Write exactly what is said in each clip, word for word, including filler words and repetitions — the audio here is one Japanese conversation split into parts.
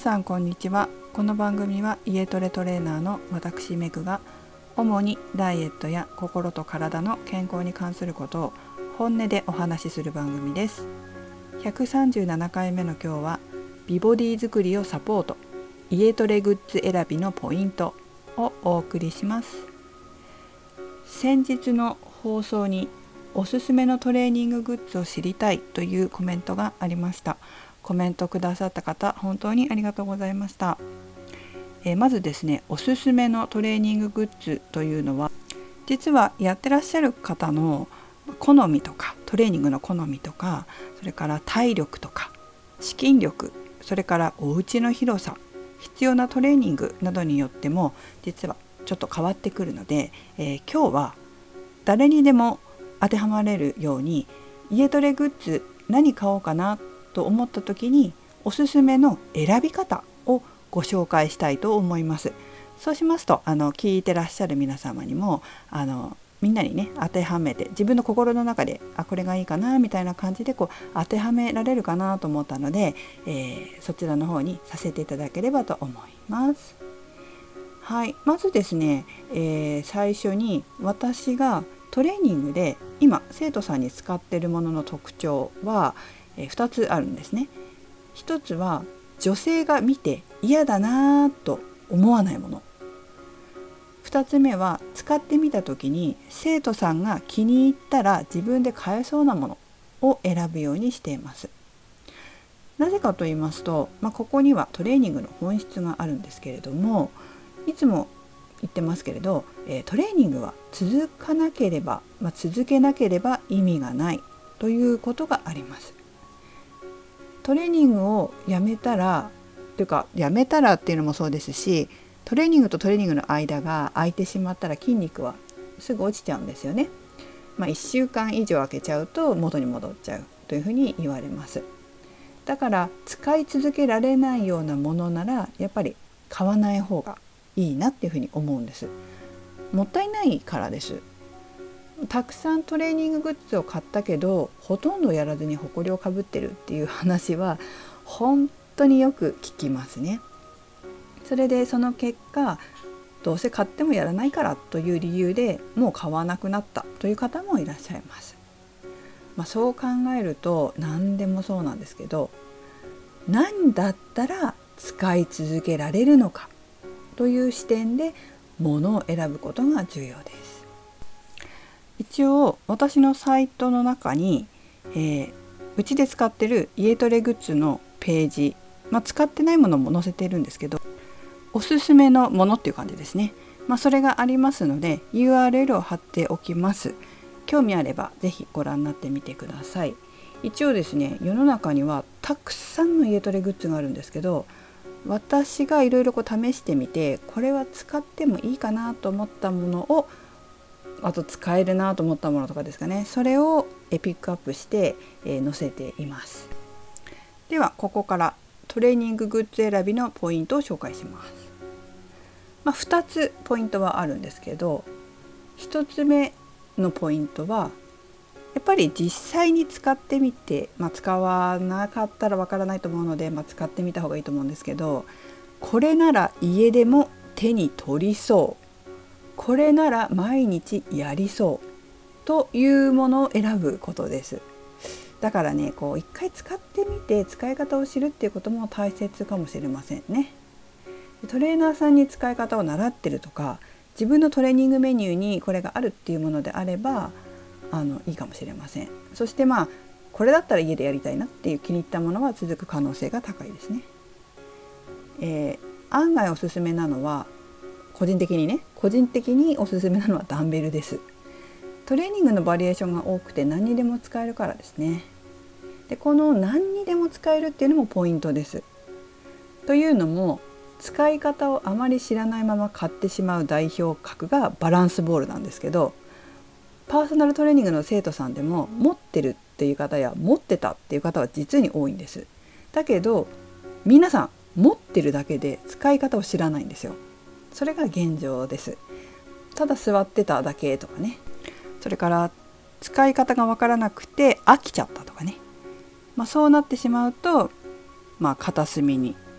さんこんにちは。この番組は家トレトレーナーの私メグが主にダイエットや心と体の健康に関することを本音でお話しする番組です。ひゃくさんじゅうななかいめの今日は美ボディ作りをサポート、家トレグッズ選びのポイントをお送りします。先日の放送におすすめのトレーニンググッズを知りたいというコメントがありました。コメントくださった方、本当にありがとうございました。えー、まずですね、おすすめのトレーニンググッズというのは、実はやってらっしゃる方の好みとか、トレーニングの好みとか、それから体力とか資金力、それからお家の広さ、必要なトレーニングなどによっても実はちょっと変わってくるので、えー、今日は誰にでも当てはまれるように、家トレグッズ何買おうかなと思った時におすすめの選び方をご紹介したいと思います。そうしますと、あの聞いてらっしゃる皆様にもあのみんなにね当てはめて、自分の心の中であこれがいいかなみたいな感じでこう当てはめられるかなと思ったので、えー、そちらの方にさせていただければと思います。はい、まずですね、えー、最初に私がトレーニングで今生徒さんに使っているものの特徴はふたつあるんですね。ひとつは女性が見て嫌だなと思わないもの。ふたつめは使ってみた時に生徒さんが気に入ったら自分で買えそうなものを選ぶようにしています。なぜかと言いますと、まあ、ここにはトレーニングの本質があるんですけれども、いつも言ってますけれど、えー、トレーニングは続かなければ、まあ、続けなければ意味がないということがあります。トレーニングをやめたらというかやめたらっていうのもそうですし、トレーニングとトレーニングの間が空いてしまったら筋肉はすぐ落ちちゃうんですよね。まあ、いっしゅうかん以上空けちゃうと元に戻っちゃうというふうに言われます。だから使い続けられないようなものならやっぱり買わない方がいいなっていうふうに思うんです。もったいないからです。たくさんトレーニンググッズを買ったけどほとんどやらずに埃をかぶってるっていう話は本当によく聞きますね。それでその結果、どうせ買ってもやらないからという理由でもう買わなくなったという方もいらっしゃいます。まあ、そう考えると何でもそうなんですけど、何だったら使い続けられるのかという視点で物を選ぶことが重要です。一応私のサイトの中に、えー、うちで使ってる家トレグッズのページ、まあ、使ってないものも載せてるんですけど、おすすめのものっていう感じですね。まあ、それがありますので ユーアールエル を貼っておきます。興味あればぜひご覧になってみてください。一応ですね、世の中にはたくさんの家トレグッズがあるんですけど、私がいろいろ試してみてこれは使ってもいいかなと思ったものを、あと使えるなと思ったものとかですかね、それをピックアップして、えー、載せています。ではここからトレーニンググッズ選びのポイントを紹介します。まあ、ふたつポイントはあるんですけど、ひとつめのポイントはやっぱり実際に使ってみて、まあ、使わなかったらわからないと思うので、まあ、使ってみた方がいいと思うんですけど、これなら家でも手に取りそう、これなら毎日やりそうというものを選ぶことです。だからね、こう一回使ってみて使い方を知るっていうことも大切かもしれませんね。トレーナーさんに使い方を習ってるとか、自分のトレーニングメニューにこれがあるっていうものであればあのいいかもしれません。そしてまあこれだったら家でやりたいなっていう気に入ったものは続く可能性が高いですね。えー、案外おすすめなのは個人的にね個人的におすすめなのはダンベルです。トレーニングのバリエーションが多くて何にでも使えるからですね。でこの何にでも使えるっていうのもポイントです。というのも使い方をあまり知らないまま買ってしまう代表格がバランスボールなんですけど、パーソナルトレーニングの生徒さんでも持ってるっていう方や持ってたっていう方は実に多いんです。だけど皆さん持ってるだけで使い方を知らないんですよ。それが現状です。ただ座ってただけとかね、それから使い方がわからなくて飽きちゃったとかね、まあ、そうなってしまうと、まあ、片隅に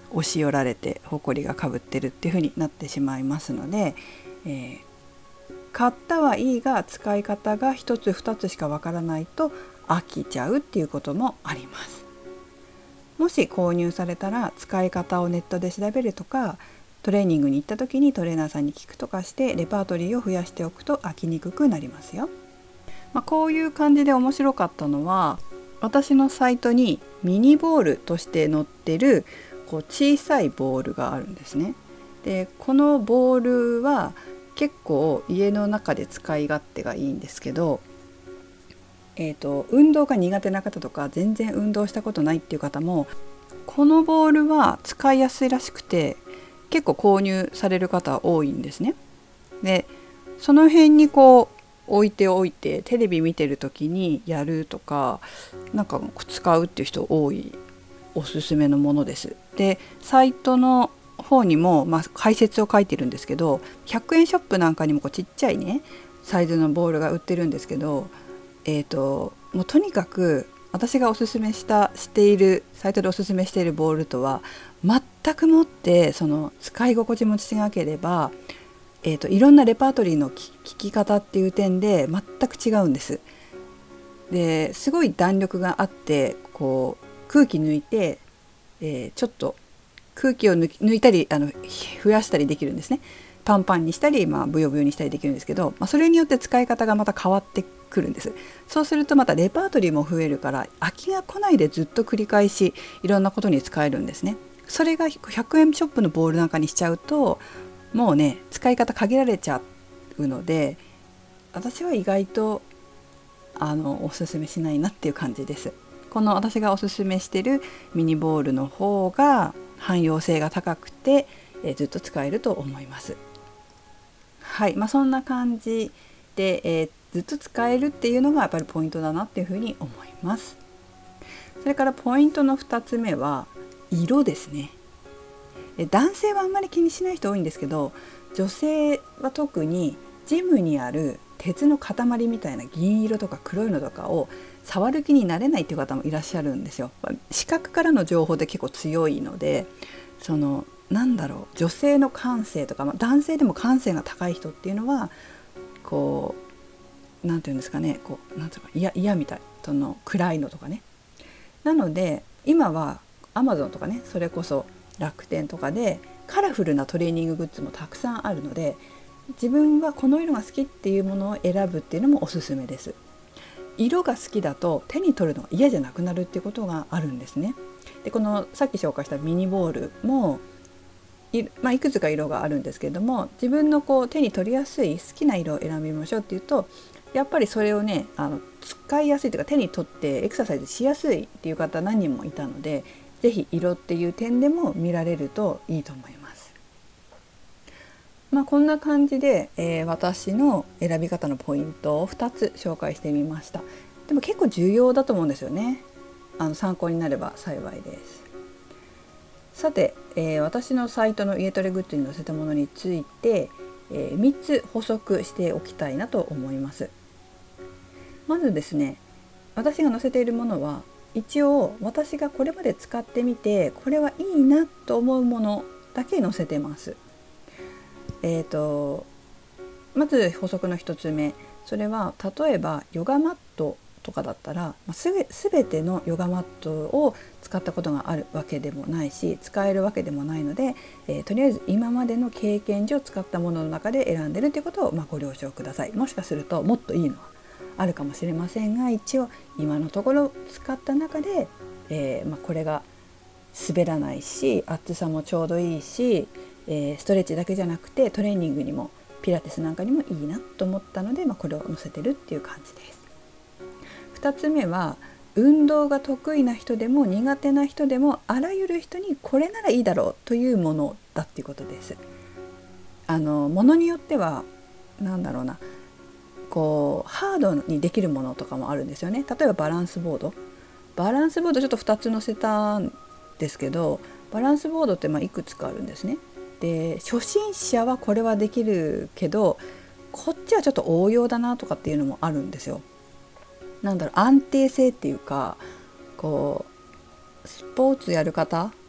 押し寄られてほこりがかぶってるっていう風になってしまいますので、えー、買ったはいいが使い方がひとつふたつしかわからないと飽きちゃうっていうこともあります。もし購入されたら使い方をネットで調べるとか、トレーニングに行った時にトレーナーさんに聞くとかしてレパートリーを増やしておくと飽きにくくなりますよ。まあ、こういう感じで面白かったのは、私のサイトにミニボールとして載ってるこう小さいボールがあるんですね。でこのボールは結構家の中で使い勝手がいいんですけど、えーと、運動が苦手な方とか全然運動したことないっていう方もこのボールは使いやすいらしくて結構購入される方多いんですね。でその辺にこう置いておいてテレビ見てる時にやるとかなんか使うっていう人多いおすすめのものです。でサイトの方にも、まあ、解説を書いてるんですけど、ひゃくえんショップなんかにもこうちっちゃいねサイズのボールが売ってるんですけど、えーと、もうとにかく私がおすすめしたしているサイトでおすすめしているボールとは全くもってその使い心地も違ければ、えーと、いろんなレパートリーの聞き方っていう点で全く違うんです。ですごい弾力があってこう空気抜いて、えー、ちょっと空気を抜き抜いたりあの増やしたりできるんですね。パンパンにしたり、まあ、ブヨブヨにしたりできるんですけど、まあ、それによって使い方がまた変わってくるんです。そうするとまたレパートリーも増えるから飽きが来ないでずっと繰り返しいろんなことに使えるんですね。それがひゃくえんショップのボールなんかにしちゃうともうね使い方限られちゃうので、私は意外とあのおすすめしないなっていう感じです。この私がおすすめしてるミニボールの方が汎用性が高くて、えー、ずっと使えると思います。はい、まあ、そんな感じで、えー、ずっと使えるっていうのがやっぱりポイントだなっていうふうに思います。それからポイントのふたつめは色ですね。男性はあんまり気にしない人多いんですけど、女性は特にジムにある鉄の塊みたいな銀色とか黒いのとかを触る気になれないっていう方もいらっしゃるんですよ。視覚からの情報で結構強いので、そのなんだろう女性の感性とか、まあ、男性でも感性が高い人っていうのはこうなんていうんですかね、こうなんていうか嫌嫌みたい、その暗いのとかね。なので今は アマゾン とかね、それこそ楽天とかでカラフルなトレーニンググッズもたくさんあるので、自分はこの色が好きっていうものを選ぶっていうのもおすすめです。色が好きだと手に取るのが嫌じゃなくなるっていうことがあるんですね。でこのさっき紹介したミニボールも い,、まあ、いくつか色があるんですけれども、自分のこう手に取りやすい好きな色を選びましょうっていうと、やっぱりそれをねあの使いやすいというか手に取ってエクササイズしやすいっていう方何人もいたので、ぜひ色っていう点でも見られるといいと思います。まあ、こんな感じで、えー、私の選び方のポイントをふたつ紹介してみました。でも結構重要だと思うんですよね。あの参考になれば幸いです。さて、えー、私のサイトの家トレグッズに載せたものについて、えー、みっつ補足しておきたいなと思います。まずですね、私が載せているものは一応私がこれまで使ってみてこれはいいなと思うものだけ載せてます。えーと、まず補足のひとつめ、それは例えばヨガマットとかだったらすべ、すべてのヨガマットを使ったことがあるわけでもないし使えるわけでもないので、えー、とりあえず今までの経験上使ったものの中で選んでるということを、まあ、ご了承ください。もしかするともっといいのはあるかもしれませんが、一応今のところ使った中で、えーまあ、これが滑らないし厚さもちょうどいいし、えー、ストレッチだけじゃなくてトレーニングにもピラティスなんかにもいいなと思ったので、まあ、これを載せてるっていう感じです。ふたつめは運動が得意な人でも苦手な人でもあらゆる人にこれならいいだろうというものだっていうことです。あのものによってはなんだろうなこうハードにできるものとかもあるんですよね。例えばバランスボードバランスボードちょっとふたつ載せたんですけど、バランスボードってまあいくつかあるんですね。で初心者はこれはできるけどこっちはちょっと応用だなとかっていうのもあるんですよ。なんだろう安定性っていうか、こうスポーツやる方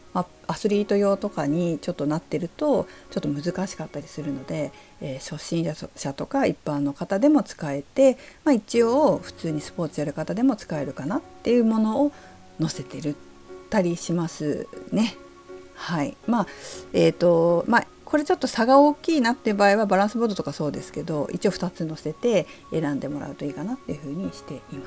まあ、アスリート用とかにちょっとなってるとちょっと難しかったりするので、えー、初心者とか一般の方でも使えて、まあ、一応普通にスポーツやる方でも使えるかなっていうものを載せてるたりしますね。はい、まあえーとまあこれちょっと差が大きいなっていう場合はバランスボードとかそうですけど、一応ふたつ載せて選んでもらうといいかなっていうふうにしています。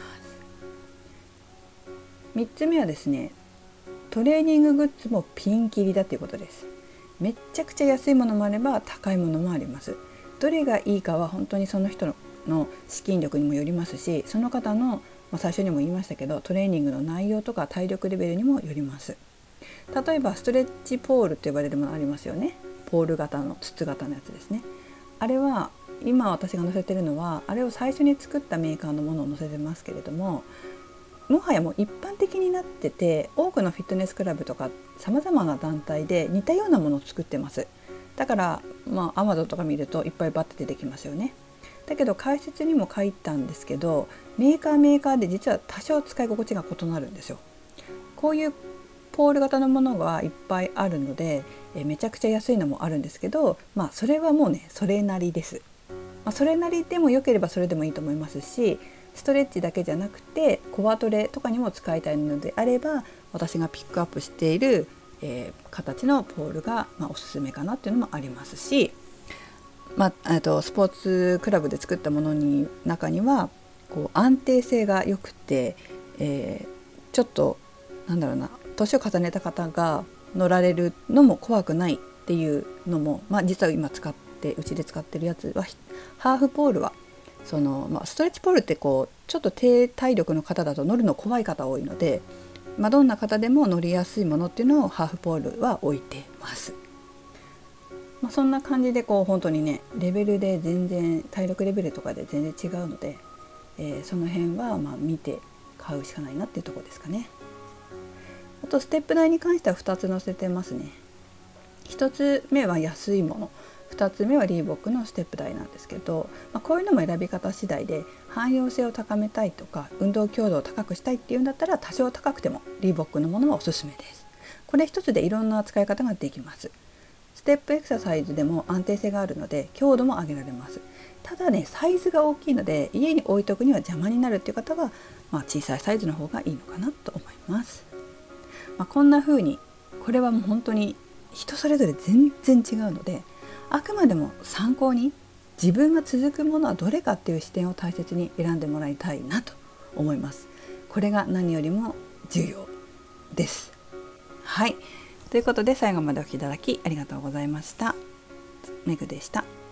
みっつめはですね、トレーニンググッズもピンキリだということです。めっちゃくちゃ安いものもあれば高いものもあります。どれがいいかは本当にその人の資金力にもよりますし、その方の、まあ、最初にも言いましたけどトレーニングの内容とか体力レベルにもよります。例えばストレッチポールと呼ばれるものありますよね。ポール型の筒型のやつですね。あれは今私が載せてるのはあれを最初に作ったメーカーのものを載せてますけれども、もはやもう一般的になってて、多くのフィットネスクラブとかさまざまな団体で似たようなものを作ってます。だからまあ Amazon とか見るといっぱいバッて出てきますよね。だけど解説にも書いたんですけど、メーカーメーカーで実は多少使い心地が異なるんですよ。こういうポール型のものがいっぱいあるので、えめちゃくちゃ安いのもあるんですけど、まあそれはもうねそれなりです。まあ、それなりでも良ければそれでもいいと思いますし、ストレッチだけじゃなくてコアトレとかにも使いたいのであれば、私がピックアップしている、えー、形のポールが、まあ、おすすめかなっていうのもありますし、まあ、とスポーツクラブで作ったものに中にはこう安定性が良くて、えー、ちょっとなんだろうな、年を重ねた方が乗られるのも怖くないっていうのも、まあ、実は今使ってうちで使ってるやつはハーフポールはその、まあ、ストレッチポールってこうちょっと低体力の方だと乗るの怖い方多いので、まあ、どんな方でも乗りやすいものっていうのをハーフポールは置いてます。まあ、そんな感じでこう本当にねレベルで全然体力レベルとかで全然違うので、えー、その辺はまあ見て買うしかないなっていうところですかね。あとステップ台に関してはふたつ載せてますね。ひとつめは安いもの、ふたつめはリーボックのステップ台なんですけど、まあ、こういうのも選び方次第で、汎用性を高めたいとか運動強度を高くしたいっていうんだったら多少高くてもリーボックのものはおすすめです。これ一つでいろんな使い方ができます。ステップエクササイズでも安定性があるので強度も上げられます。ただねサイズが大きいので家に置いとくには邪魔になるっていう方は、まあ、小さいサイズの方がいいのかなと思います。まあ、こんな風にこれはもう本当に人それぞれ全然違うので、あくまでも参考に自分が続くものはどれかっていう視点を大切に選んでもらいたいなと思います。これが何よりも重要です。はい、ということで最後までお聞きいただきありがとうございました。めぐでした。